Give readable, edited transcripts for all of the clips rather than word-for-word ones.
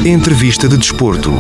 Entrevista de desporto.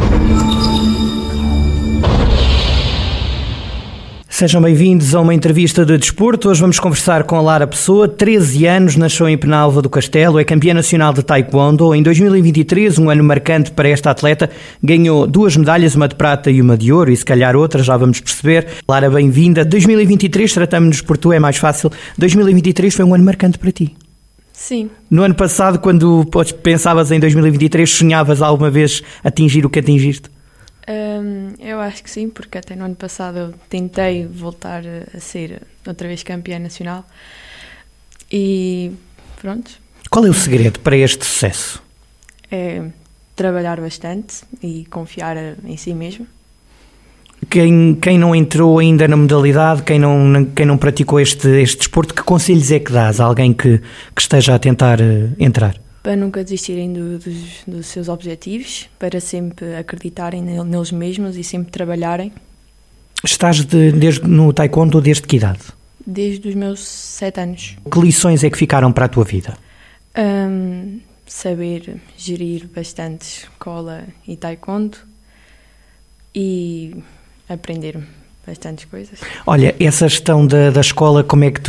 Sejam bem-vindos a uma entrevista de desporto. Hoje vamos conversar com a Lara Pessoa, 13 anos, nasceu em Penalva do Castelo, é campeã nacional de taekwondo. Em 2023, um ano marcante para esta atleta, ganhou 2 medalhas, uma de prata e uma de ouro, e se calhar outras, já vamos perceber. Lara, bem-vinda. 2023, tratamos-nos por tu, é mais fácil. 2023 foi um ano marcante para ti. Sim. No ano passado, quando pensavas em 2023, sonhavas alguma vez atingir o que atingiste? Eu acho que sim, porque até no ano passado eu tentei voltar a ser outra vez campeã nacional e pronto. Qual é o segredo para este sucesso? É trabalhar bastante e confiar em si mesmo. Quem não entrou ainda na modalidade, quem não praticou este desporto, que conselhos é que dás a alguém que esteja a tentar entrar? Para nunca desistirem dos seus objetivos, para sempre acreditarem neles mesmos e sempre trabalharem. Estás no taekwondo desde que idade? Desde os meus 7 anos. Que lições é que ficaram para a tua vida? Saber gerir bastante escola e taekwondo e aprender bastantes coisas. Olha, essa gestão da escola, como é que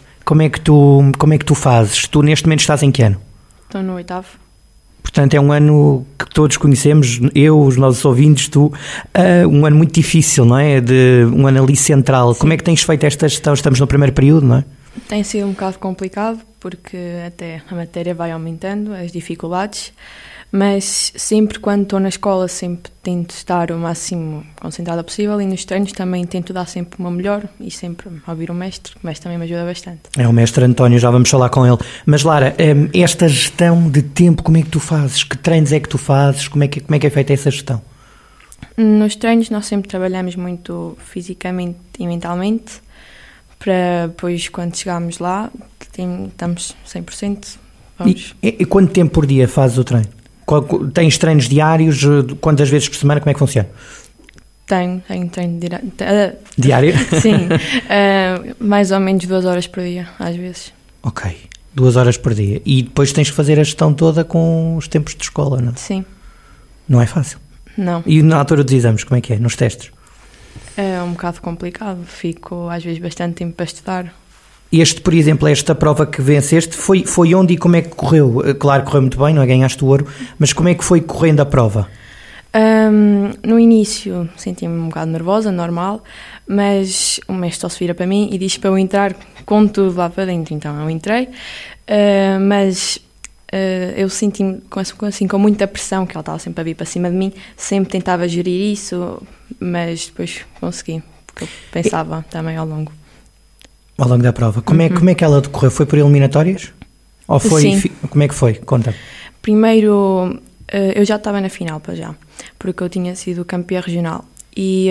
tu fazes? Tu neste momento estás em que ano? Estou no 8º. Portanto, é um ano que todos conhecemos, eu, os nossos ouvintes, tu, um ano muito difícil, não é? Um ano ali central. Sim. Como é que tens feito esta gestão? Estamos no primeiro período, não é? Tem sido um bocado complicado, porque até a matéria vai aumentando, as dificuldades, mas sempre quando estou na escola, sempre tento estar o máximo concentrada possível, e nos treinos também tento dar sempre uma melhor e sempre ouvir o mestre também me ajuda bastante. É o mestre António, já vamos falar com ele. Mas Lara, esta gestão de tempo, como é que tu fazes? Que treinos é que tu fazes? Como é que é feita essa gestão? Nos treinos nós sempre trabalhamos muito fisicamente e mentalmente, para depois quando chegarmos lá, estamos 100%. Vamos. E quanto tempo por dia fazes o treino? Tens treinos diários? Quantas vezes por semana? Como é que funciona? Tenho treino diário? Sim, mais ou menos 2 horas por dia, às vezes. Ok, 2 horas por dia. E depois tens que fazer a gestão toda com os tempos de escola, não é? Sim. Não é fácil? Não. E na altura dos exames, como é que é? Nos testes? É um bocado complicado, fico às vezes bastante tempo para estudar. Por exemplo, esta prova que venceste, foi onde e como é que correu? Claro, correu muito bem, não é? Ganhaste o ouro, mas como é que foi correndo a prova? No início senti-me um bocado nervosa, normal, mas o mestre só se vira para mim e diz para eu entrar com tudo lá para dentro, então eu entrei, mas eu senti-me com muita pressão, que ela estava sempre a vir para cima de mim, sempre tentava gerir isso, mas depois consegui, porque eu pensava também ao longo da prova. Como é que ela decorreu? Foi por eliminatórias? Ou foi? Sim. Como é que foi? Conta. Primeiro, eu já estava na final para já, porque eu tinha sido campeã regional. E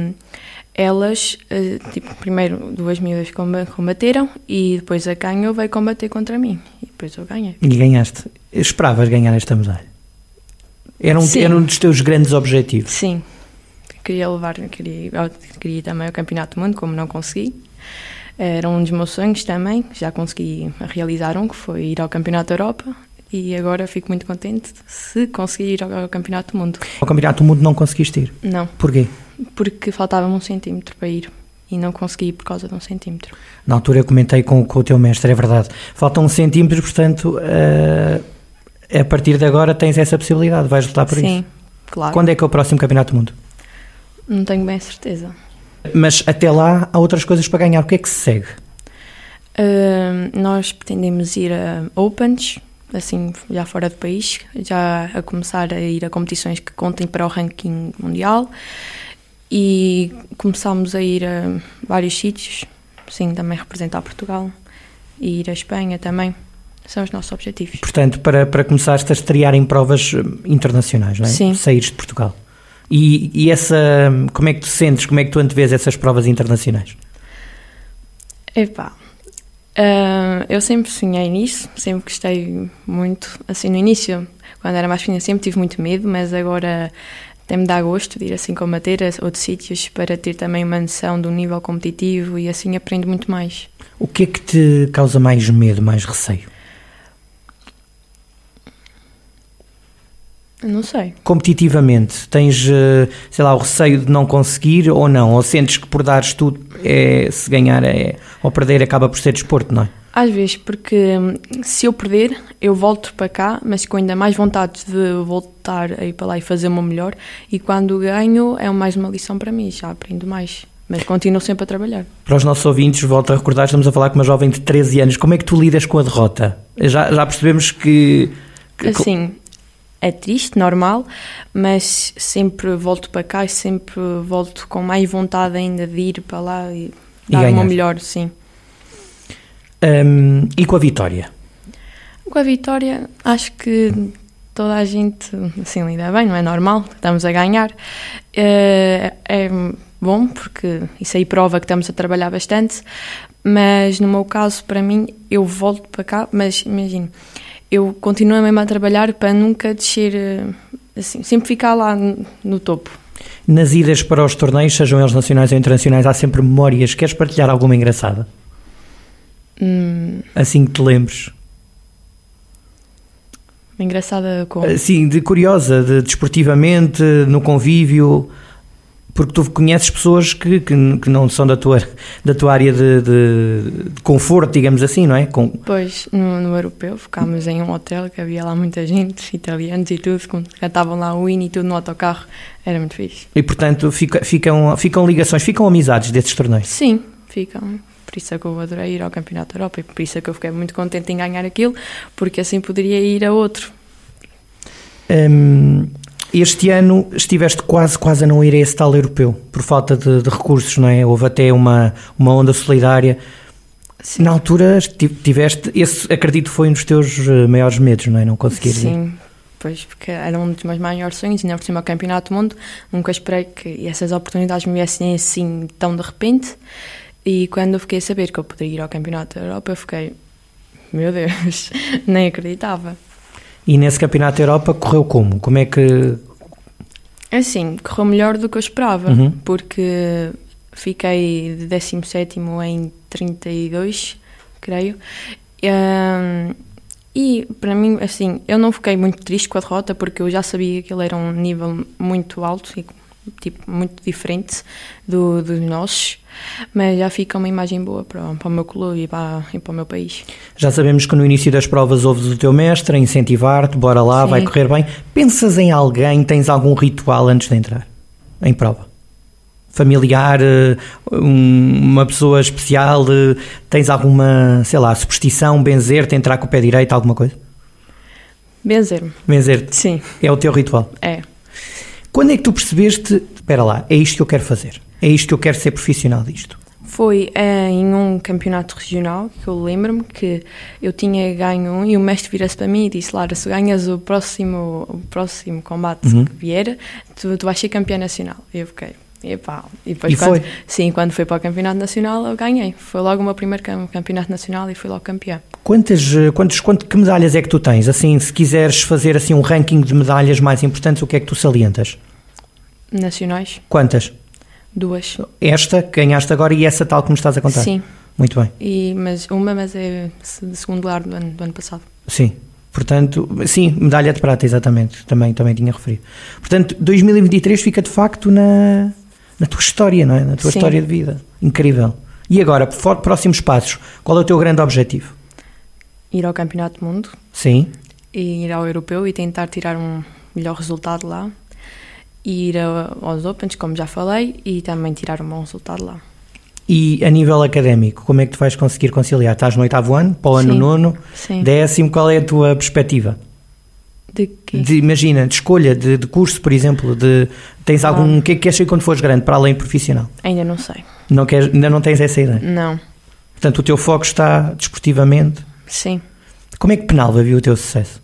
elas, primeiro 2 miúdas combateram e depois a ganhou veio combater contra mim. E depois eu ganhei. E ganhaste. Esperavas ganhar esta medalha? Era um dos teus grandes objetivos? Sim. Queria também o Campeonato do Mundo, como não consegui. Era um dos meus sonhos também, já consegui realizar que foi ir ao Campeonato da Europa, e agora fico muito contente se conseguir ir ao Campeonato do Mundo. Ao Campeonato do Mundo não conseguiste ir? Não. Porquê? Porque faltava-me 1 centímetro para ir e não consegui ir por causa de 1 centímetro. Na altura eu comentei com o teu mestre, é verdade. Falta 1 centímetro, portanto, a partir de agora tens essa possibilidade, vais lutar por isso? Sim, claro. Quando é que é o próximo Campeonato do Mundo? Não tenho bem certeza. Mas até lá há outras coisas para ganhar. O que é que se segue? Nós pretendemos ir a Opens, assim, já fora do país, já a começar a ir a competições que contem para o ranking mundial, e começámos a ir a vários sítios, sim, também representar Portugal, e ir à Espanha também. São os nossos objetivos. Portanto, para começares a estrear em provas internacionais, não é? Sim. Saíres de Portugal. E como é que tu sentes, como é que tu antevês essas provas internacionais? Eu sempre sonhei nisso, sempre gostei muito, assim no início, quando era mais pequena sempre tive muito medo, mas agora até me dá gosto de ir assim combater a outros sítios para ter também uma noção do nível competitivo e assim aprendo muito mais. O que é que te causa mais medo, mais receio? Não sei. Competitivamente, tens, sei lá, o receio de não conseguir ou não? Ou sentes que por dares tudo, se ganhar ou perder acaba por ser desporto, não é? Às vezes, porque se eu perder, eu volto para cá, mas com ainda mais vontade de voltar a ir para lá e fazer o meu melhor. E quando ganho, é mais uma lição para mim, já aprendo mais. Mas continuo sempre a trabalhar. Para os nossos ouvintes, volto a recordar, estamos a falar com uma jovem de 13 anos. Como é que tu lidas com a derrota? Já percebemos que... Assim, é triste, normal, mas sempre volto para cá e sempre volto com mais vontade ainda de ir para lá e dar o meu melhor, sim. E com a vitória? Com a vitória, acho que toda a gente assim lida bem, não é normal, estamos a ganhar. É bom, porque isso aí prova que estamos a trabalhar bastante, mas no meu caso, para mim, eu volto para cá, mas imagino, eu continuo mesmo a trabalhar para nunca descer, assim, sempre ficar lá no topo. Nas idas para os torneios, sejam eles nacionais ou internacionais, há sempre memórias. Queres partilhar alguma engraçada? Assim que te lembres. Engraçada como? Sim, curiosa, desportivamente, no convívio, porque tu conheces pessoas que não são da tua área de conforto, digamos assim, não é? Pois, no europeu, ficámos em um hotel que havia lá muita gente, italianos e tudo, cantavam lá o hino e tudo no autocarro, era muito fixe. E portanto ficam ligações, ficam amizades desses torneios? Sim, ficam. Por isso é que eu adorei ir ao Campeonato da Europa e por isso é que eu fiquei muito contente em ganhar aquilo, porque assim poderia ir a outro. Este ano estiveste quase a não ir a esse tal europeu, por falta de recursos, não é? Houve até uma onda solidária. Sim. Na altura tiveste, esse acredito foi um dos teus maiores medos, não é? Não conseguir ir. Sim, pois, porque era um dos meus maiores sonhos, ainda por cima ao Campeonato do Mundo, nunca esperei que essas oportunidades me viessem assim tão de repente. E quando eu fiquei a saber que eu poderia ir ao Campeonato da Europa, eu fiquei, meu Deus, nem acreditava. E nesse Campeonato da Europa correu como? Como é que... Assim, correu melhor do que eu esperava, porque fiquei de 17º em 32, creio. E para mim, assim, eu não fiquei muito triste com a derrota, porque eu já sabia que ele era um nível muito alto e tipo, muito diferente dos nossos, mas já fica uma imagem boa para o meu clube e para o meu país. Já sabemos que no início das provas ouves o teu mestre a incentivar-te, bora lá, sim, vai correr bem. Pensas em alguém, tens algum ritual antes de entrar em prova? Familiar, uma pessoa especial, tens alguma, sei lá, superstição, benzer-te, entrar com o pé direito, alguma coisa? Benzer-me. Benzer-te? Sim. É o teu ritual? É. Quando é que tu percebeste, espera lá, é isto que eu quero fazer, é isto que eu quero ser profissional disto? Foi em um campeonato regional, que eu lembro-me que eu tinha ganho e o mestre vira-se para mim e disse, Lara, se ganhas o próximo combate que vier, tu vais ser campeã nacional. E eu fiquei, epá. E depois foi? Sim, quando foi para o campeonato nacional eu ganhei. Foi logo o meu primeiro campeonato nacional e fui logo campeã. Que medalhas é que tu tens? Assim, se quiseres fazer assim um ranking de medalhas mais importantes, o que é que tu salientas? Nacionais. Quantas? 2. Esta que ganhaste agora e essa tal que me estás a contar? Sim. Muito bem. Mas é de segundo lugar do ano passado. Sim. Portanto, sim, medalha de prata, exatamente. Também tinha referido. Portanto, 2023 fica de facto na tua história, não é? Na tua sim, história de vida. Incrível. E agora, próximos passos, qual é o teu grande objetivo? Ir ao Campeonato do Mundo. Sim. E ir ao Europeu e tentar tirar um melhor resultado lá. E ir aos Opens, como já falei, e também tirar um bom resultado lá. E a nível académico, como é que tu vais conseguir conciliar? Estás no 8º ano, para o ano 9º, sim. 10º, qual é a tua perspectiva? De quê? Imagina, de escolha, de curso, por exemplo, tens algum... O que é que queres ser quando fores grande, para além profissional? Ainda não sei. Ainda não tens essa ideia? Não. Portanto, o teu foco está desportivamente? Sim. Como é que Penalva viu o teu sucesso?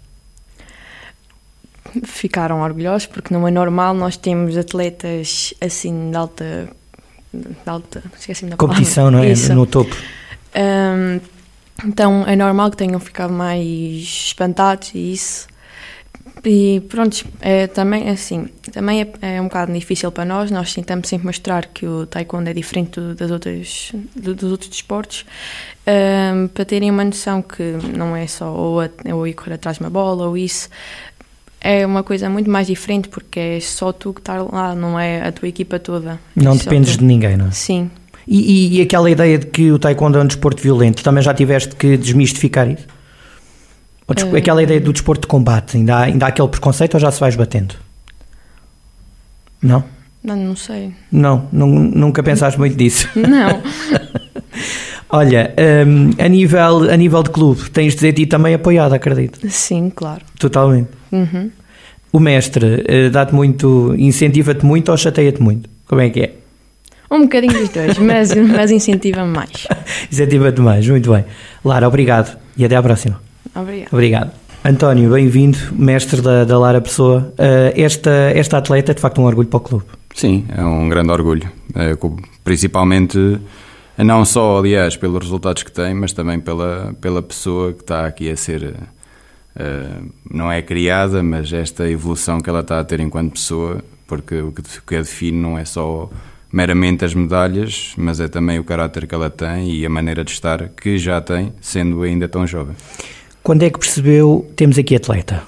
Ficaram orgulhosos, porque não é normal, nós temos atletas assim de alta esqueci-me da competição, palavra. Não é? Isso. No topo. Então é normal que tenham ficado mais espantados e isso. E pronto, também é um bocado difícil para nós tentamos sempre mostrar que o taekwondo é diferente dos outros desportos, para terem uma noção que não é só ou ir correr atrás de uma bola ou isso. é uma coisa muito mais diferente, porque é só tu que estás lá, não é a tua equipa toda. Não dependes de ninguém, não é? Sim. E aquela ideia de que o taekwondo é um desporto violento, também já tiveste que desmistificar isso? Aquela ideia do desporto de combate, ainda há aquele preconceito ou já se vais batendo? Não? Não sei. Não, nunca pensaste muito disso? Não. Olha, a nível de clube, tens de dizer ti também apoiado, acredito? Sim, claro. Totalmente. Uhum. O mestre dá-te muito, incentiva-te muito ou chateia-te muito? Como é que é? Um bocadinho dos dois, mas incentiva-me mais. Incentiva-te mais, muito bem. Lara, obrigado e até à próxima. Obrigado. António, bem-vindo, mestre da Lara Pessoa. Esta atleta é de facto um orgulho para o clube. Sim, é um grande orgulho, principalmente não só, aliás, pelos resultados que tem, mas também pela pessoa que está aqui a ser, não é criada, mas esta evolução que ela está a ter enquanto pessoa, porque o que a define não é só meramente as medalhas, mas é também o caráter que ela tem e a maneira de estar que já tem, sendo ainda tão jovem. Quando é que percebeu, temos aqui atleta?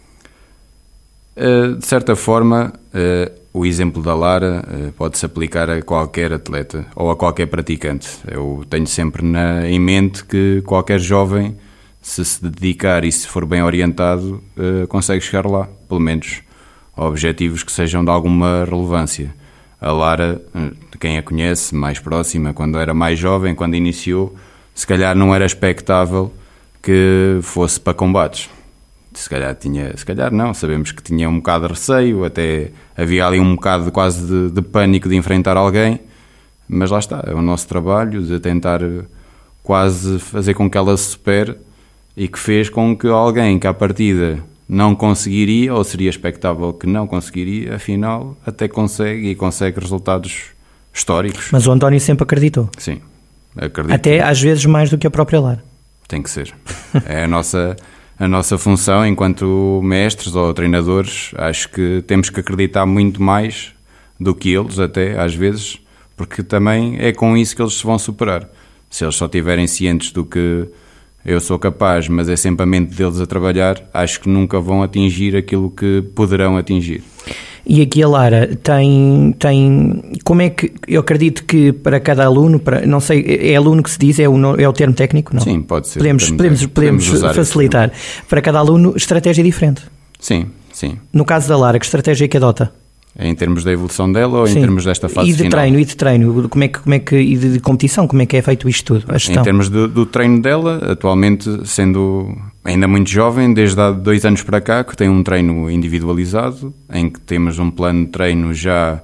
De certa forma, o exemplo da Lara pode-se aplicar a qualquer atleta ou a qualquer praticante. Eu tenho sempre em mente que qualquer jovem, se dedicar e se for bem orientado, consegue chegar lá, pelo menos a objetivos que sejam de alguma relevância. A Lara, quem a conhece, mais próxima, quando era mais jovem, quando iniciou, se calhar não era expectável que fosse para combates. Se calhar não, sabemos que tinha um bocado de receio, até havia ali um bocado quase de pânico de enfrentar alguém, mas lá está, é o nosso trabalho de tentar quase fazer com que ela se supere e que fez com que alguém que à partida não conseguiria, ou seria expectável que não conseguiria, afinal até consegue resultados históricos. Mas o António sempre acreditou. Sim, acredito. Até às vezes mais do que a própria Lara. Tem que ser. É a nossa função enquanto mestres ou treinadores. Acho que temos que acreditar muito mais do que eles até, às vezes, porque também é com isso que eles se vão superar. Se eles só estiverem cientes do que eu sou capaz, mas é sempre a mente deles a trabalhar, acho que nunca vão atingir aquilo que poderão atingir. E aqui a Lara tem como é que, eu acredito que para cada aluno, não sei, é aluno que se diz, é o termo técnico? Não? Sim, pode ser. Podemos facilitar. Para cada aluno, estratégia diferente. Sim. No caso da Lara, que estratégia é que adota? Em termos da evolução dela ou em termos desta fase final? E de treino, como é que, e de competição, como é que é feito isto tudo? Em termos do treino dela, atualmente sendo ainda muito jovem, desde há 2 anos para cá, que tem um treino individualizado, em que temos um plano de treino já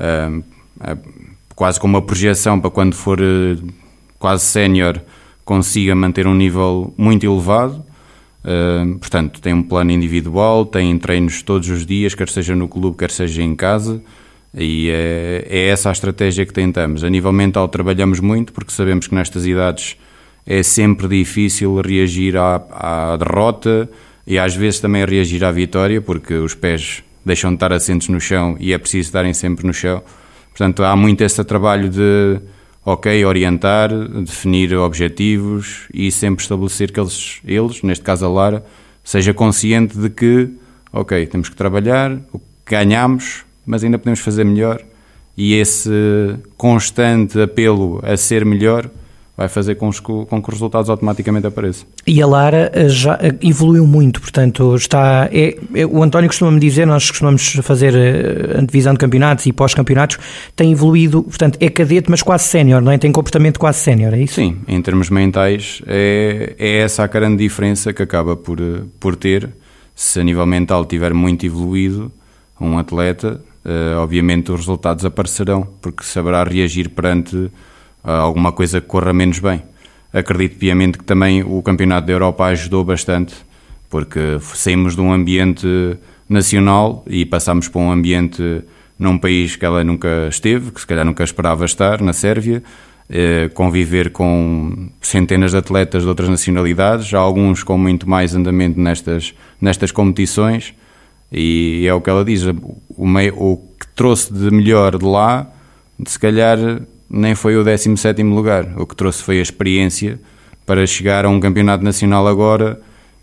quase com uma projeção para quando for quase sénior, consiga manter um nível muito elevado. Portanto, tem um plano individual, tem treinos todos os dias, quer seja no clube, quer seja em casa, e é essa a estratégia que tentamos. A nível mental trabalhamos muito, porque sabemos que nestas idades é sempre difícil reagir à derrota e às vezes também reagir à vitória, porque os pés deixam de estar assentos no chão e é preciso estarem sempre no chão. Portanto, há muito esse trabalho de orientar, definir objetivos e sempre estabelecer que eles, neste caso a Lara, seja consciente de que, temos que trabalhar, o que ganhamos, mas ainda podemos fazer melhor, e esse constante apelo a ser melhor vai fazer com que os resultados automaticamente apareçam. E a Lara já evoluiu muito, portanto, o António costuma-me dizer, nós costumamos fazer antevisão de campeonatos e pós-campeonatos, tem evoluído, portanto, é cadete, mas quase sénior, não é? Tem comportamento quase sénior, é isso? Sim, em termos mentais, é essa a grande diferença que acaba por ter, se a nível mental tiver muito evoluído, um atleta, obviamente os resultados aparecerão, porque saberá reagir perante alguma coisa que corra menos bem. Acredito piamente que também o Campeonato da Europa ajudou bastante, porque saímos de um ambiente nacional e passámos para um ambiente num país que ela nunca esteve, que se calhar nunca esperava estar, na Sérvia, conviver com centenas de atletas de outras nacionalidades, alguns com muito mais andamento nestas competições, e é o que ela diz, o que trouxe de melhor de lá, se calhar nem foi o 17º lugar, o que trouxe foi a experiência para chegar a um campeonato nacional agora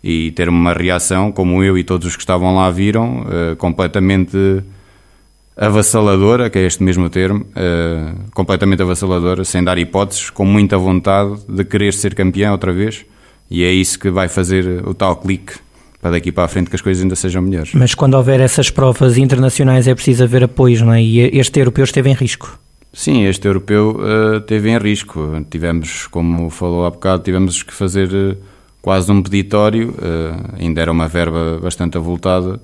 e ter uma reação, como eu e todos os que estavam lá viram, completamente avassaladora, que é este mesmo termo, completamente avassaladora, sem dar hipóteses, com muita vontade de querer ser campeão outra vez, e é isso que vai fazer o tal clique para daqui para a frente que as coisas ainda sejam melhores. Mas quando houver essas provas internacionais é preciso haver apoios, não é? E este europeu esteve em risco. Sim, este europeu esteve em risco. Tivemos, como falou há bocado, tivemos que fazer quase um peditório, ainda era uma verba bastante avultada.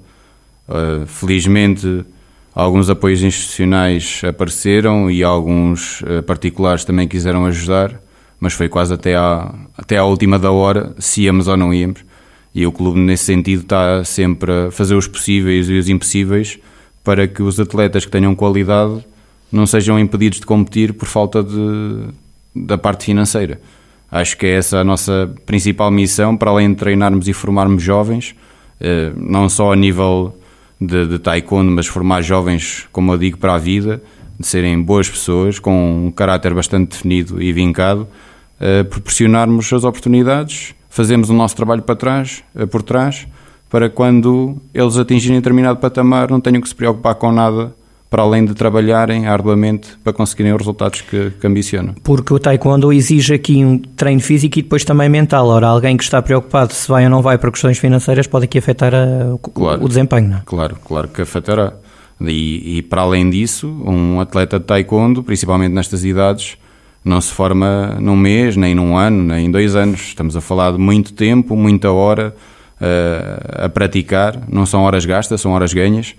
Felizmente, alguns apoios institucionais apareceram e alguns particulares também quiseram ajudar, mas foi quase até à última da hora, se íamos ou não íamos. E o clube, nesse sentido, está sempre a fazer os possíveis e os impossíveis para que os atletas que tenham qualidade não sejam impedidos de competir por falta da parte financeira. Acho que é essa a nossa principal missão, para além de treinarmos e formarmos jovens, não só a nível de taekwondo, mas formar jovens, como eu digo, para a vida, de serem boas pessoas, com um caráter bastante definido e vincado, proporcionarmos as oportunidades, fazemos o nosso trabalho por trás, para quando eles atingirem determinado patamar não tenham que se preocupar com nada, para além de trabalharem arduamente para conseguirem os resultados que ambicionam. Porque o taekwondo exige aqui um treino físico e depois também mental. Ora, alguém que está preocupado se vai ou não vai por questões financeiras pode aqui afetar o desempenho, não é? Claro que afetará. E para além disso, um atleta de taekwondo, principalmente nestas idades, não se forma num mês, nem num ano, nem em 2 anos. Estamos a falar de muito tempo, muita hora a praticar. Não são horas gastas, são horas ganhas.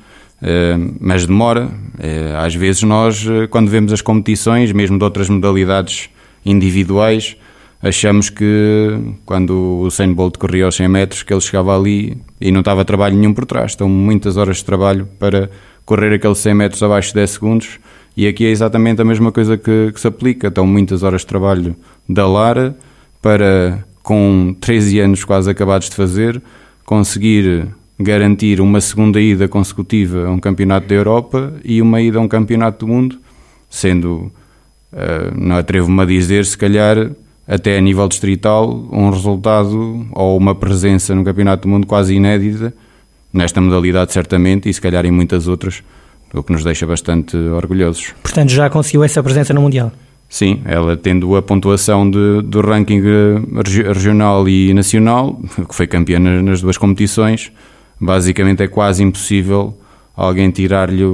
Mas demora. Às vezes nós, quando vemos as competições, mesmo de outras modalidades individuais, achamos que quando o Usain Bolt corria aos 100 metros, que ele chegava ali e não estava trabalho nenhum por trás. Estão muitas horas de trabalho para correr aqueles 100 metros abaixo de 10 segundos, e aqui é exatamente a mesma coisa que se aplica. Estão muitas horas de trabalho da Lara para, com 13 anos quase acabados de fazer, conseguir garantir uma segunda ida consecutiva a um campeonato da Europa e uma ida a um campeonato do mundo, sendo, não atrevo-me a dizer, se calhar até a nível distrital, um resultado ou uma presença no campeonato do mundo quase inédita, nesta modalidade certamente, e se calhar em muitas outras, o que nos deixa bastante orgulhosos. Portanto, já conseguiu essa presença no Mundial? Sim, ela tendo a pontuação do ranking regional e nacional, que foi campeã nas 2 competições. Basicamente é quase impossível alguém tirar-lhe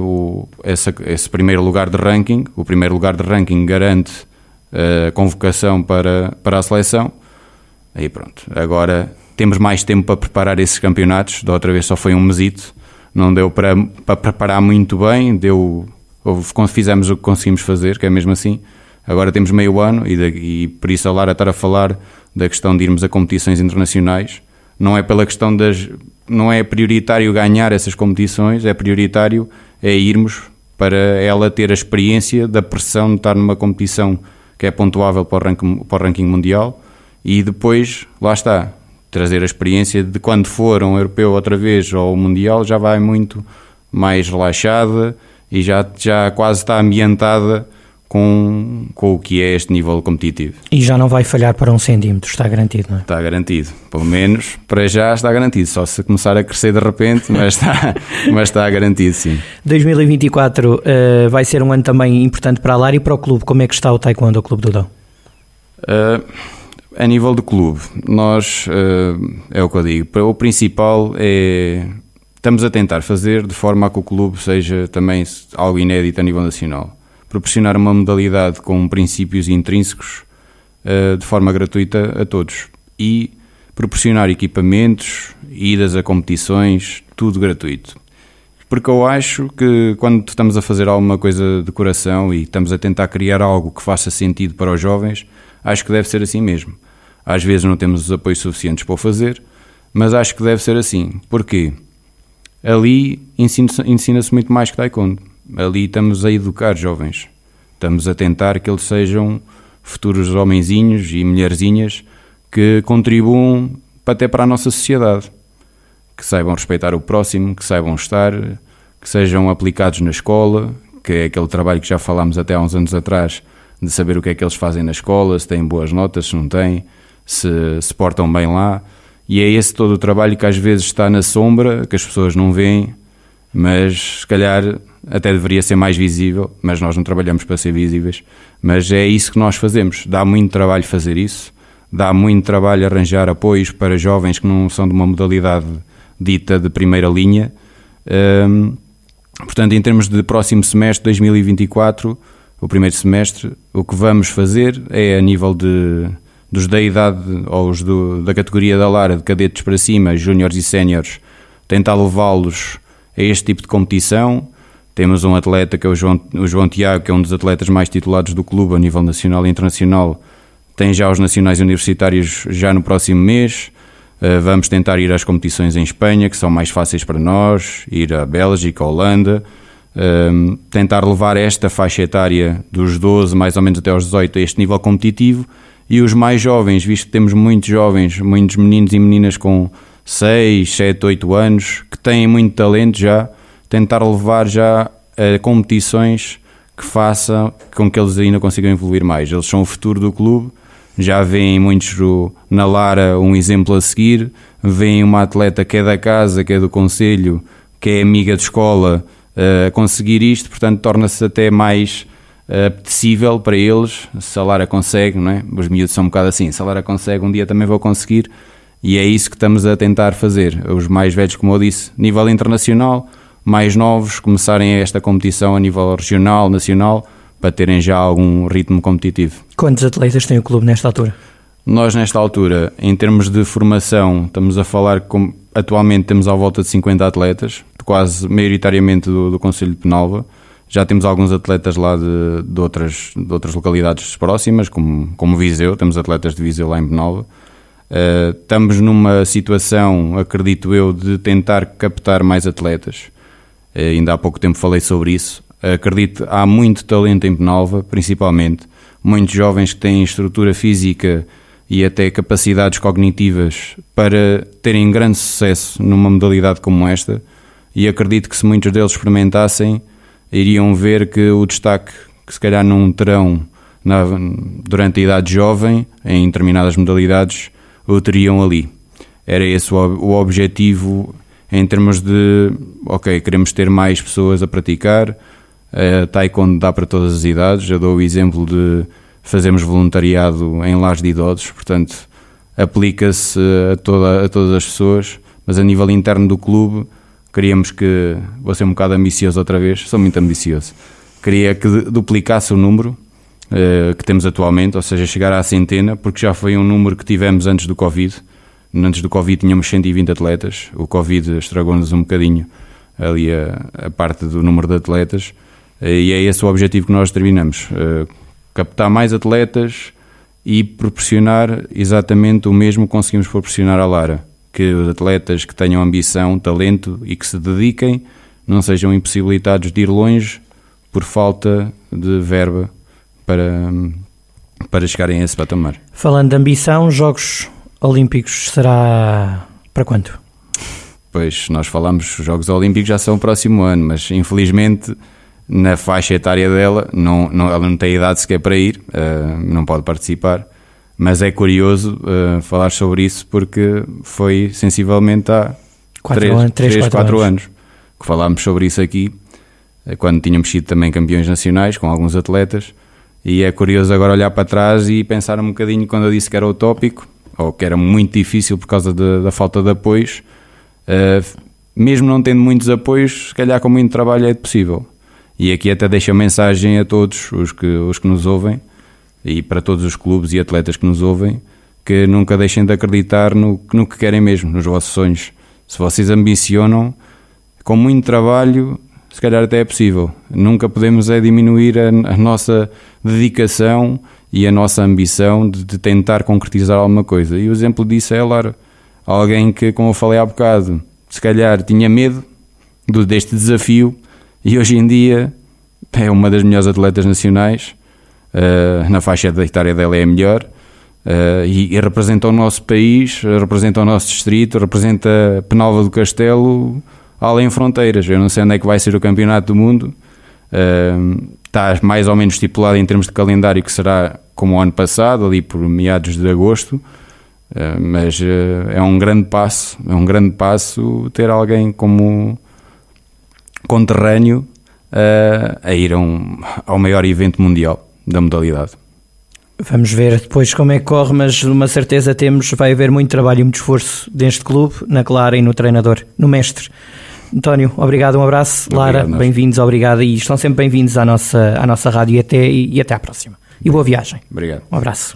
esse primeiro lugar de ranking. O primeiro lugar de ranking garante a convocação para a seleção. Aí pronto, agora temos mais tempo para preparar esses campeonatos. Da outra vez só foi um mesito, não deu para preparar muito bem, fizemos o que conseguimos fazer, que é mesmo assim. Agora temos meio ano e por isso a Lara estar a falar da questão de irmos a competições internacionais. Não é pela questão não é prioritário ganhar essas competições, é prioritário irmos para ela ter a experiência da pressão de estar numa competição que é pontuável para o ranking mundial, e depois, lá está, trazer a experiência de quando for um europeu outra vez ou o mundial, já vai muito mais relaxada e já quase está ambientada com o que é este nível competitivo. E já não vai falhar para 1 centímetro, está garantido, não é? Está garantido, pelo menos para já está garantido, só se começar a crescer de repente, mas está garantido, sim. 2024 vai ser um ano também importante para a Lara e para o clube. Como é que está o taekwondo, o Clube do Dão? A nível do clube, nós, é o que eu digo, o principal é, estamos a tentar fazer de forma a que o clube seja também algo inédito a nível nacional. Proporcionar uma modalidade com princípios intrínsecos de forma gratuita a todos e proporcionar equipamentos, idas a competições, tudo gratuito. Porque eu acho que quando estamos a fazer alguma coisa de coração e estamos a tentar criar algo que faça sentido para os jovens, acho que deve ser assim mesmo. Às vezes não temos os apoios suficientes para o fazer, mas acho que deve ser assim. Porquê? Ali ensina-se muito mais que taekwondo. Ali estamos a educar jovens, estamos a tentar que eles sejam futuros homenzinhos e mulherzinhas que contribuam até para a nossa sociedade, que saibam respeitar o próximo, que saibam estar, que sejam aplicados na escola, que é aquele trabalho que já falámos até há uns anos atrás, de saber o que é que eles fazem na escola, se têm boas notas, se não têm, se portam bem lá, E é esse todo o trabalho que às vezes está na sombra, que as pessoas não veem, mas se calhar até deveria ser mais visível, mas nós não trabalhamos para ser visíveis. Mas é isso que nós fazemos, dá muito trabalho fazer isso, dá muito trabalho arranjar apoios para jovens que não são de uma modalidade dita de primeira linha. Portanto, em termos de próximo semestre, 2024, o primeiro semestre, o que vamos fazer é, a nível dos da idade, ou os da categoria da Lara, de cadetes para cima, júniores e séniores, tentar levá-los a este tipo de competição. Temos um atleta que é o João Tiago, que é um dos atletas mais titulados do clube a nível nacional e internacional. Tem já os nacionais universitários já no próximo mês. Vamos tentar ir às competições em Espanha, que são mais fáceis para nós, ir à Bélgica, à Holanda, tentar levar esta faixa etária dos 12 mais ou menos até aos 18 a este nível competitivo, e os mais jovens, visto que temos muitos jovens, muitos meninos e meninas com 6, 7, 8 anos, que têm muito talento já, tentar levar já a competições que façam com que eles ainda consigam evoluir mais. Eles são o futuro do clube. Já veem muitos na Lara um exemplo a seguir, veem uma atleta que é da casa, que é do concelho, que é amiga de escola, a conseguir isto, portanto torna-se até mais apetecível para eles. Se a Lara consegue, não é? Os miúdos são um bocado assim, se a Lara consegue, um dia também vou conseguir, e é isso que estamos a tentar fazer. Os mais velhos, como eu disse, nível internacional, mais novos, começarem esta competição a nível regional, nacional, para terem já algum ritmo competitivo. Quantos atletas tem o clube nesta altura? Nós, nesta altura, em termos de formação, estamos a falar que atualmente temos à volta de 50 atletas, quase maioritariamente do concelho de Penalva. Já temos alguns atletas lá de outras localidades próximas, como Viseu, temos atletas de Viseu lá em Penalva. Estamos numa situação, acredito eu, de tentar captar mais atletas. Ainda há pouco tempo falei sobre isso. Acredito que há muito talento em Penalva, principalmente. Muitos jovens que têm estrutura física e até capacidades cognitivas para terem grande sucesso numa modalidade como esta, e acredito que se muitos deles experimentassem, iriam ver que o destaque que se calhar não terão durante a idade jovem, em determinadas modalidades, o teriam ali. Era esse o objetivo, em termos de, queremos ter mais pessoas a praticar. Taekwondo dá para todas as idades. Eu dou o exemplo de fazermos voluntariado em lares de idosos, portanto aplica-se a todas as pessoas, mas a nível interno do clube queríamos que, vou ser um bocado ambicioso outra vez, sou muito ambicioso, queria que duplicasse o número que temos atualmente, ou seja, chegar à centena, porque já foi um número que tivemos antes do Covid. Antes do Covid tínhamos 120 atletas, o Covid estragou-nos um bocadinho ali a parte do número de atletas, e é esse o objetivo que nós determinamos, captar mais atletas e proporcionar exatamente o mesmo que conseguimos proporcionar à Lara, que os atletas que tenham ambição, talento e que se dediquem não sejam impossibilitados de ir longe por falta de verba para chegarem a esse patamar. Falando de ambição, Jogos Olímpicos será para quando? Pois, nós falamos, os Jogos Olímpicos já são o próximo ano, mas infelizmente na faixa etária dela, ela não tem idade sequer para ir, não pode participar, mas é curioso falar sobre isso, porque foi sensivelmente há 4 anos que falámos sobre isso aqui, quando tínhamos sido também campeões nacionais com alguns atletas, e é curioso agora olhar para trás e pensar um bocadinho quando eu disse que era utópico, ou que era muito difícil por causa da falta de apoios. Mesmo não tendo muitos apoios, se calhar com muito trabalho é possível. E aqui até deixo a mensagem a todos os que nos ouvem, e para todos os clubes e atletas que nos ouvem, que nunca deixem de acreditar no que querem mesmo, nos vossos sonhos. Se vocês ambicionam, com muito trabalho, se calhar até é possível. Nunca podemos diminuir a nossa dedicação e a nossa ambição de tentar concretizar alguma coisa. E o exemplo disso é a Lara. Alguém que, como eu falei há bocado, se calhar tinha medo deste desafio, e hoje em dia é uma das melhores atletas nacionais, na faixa etária dela é a melhor, e representa o nosso país, representa o nosso distrito, representa Penalva do Castelo além fronteiras. Eu não sei onde é que vai ser o campeonato do mundo, está mais ou menos estipulado em termos de calendário que será como o ano passado, ali por meados de agosto, Mas é um grande passo ter alguém como conterrâneo a ir ao maior evento mundial da modalidade. Vamos ver depois como é que corre, mas uma certeza temos, vai haver muito trabalho e muito esforço deste clube, na Clara e no treinador, no mestre. António, obrigado, um abraço. Lara, bem-vindos, obrigado, e estão sempre bem-vindos à nossa rádio e até à próxima. E boa viagem. Obrigado. Um abraço.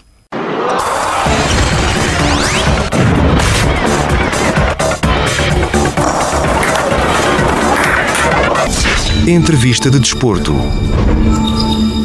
Entrevista de desporto.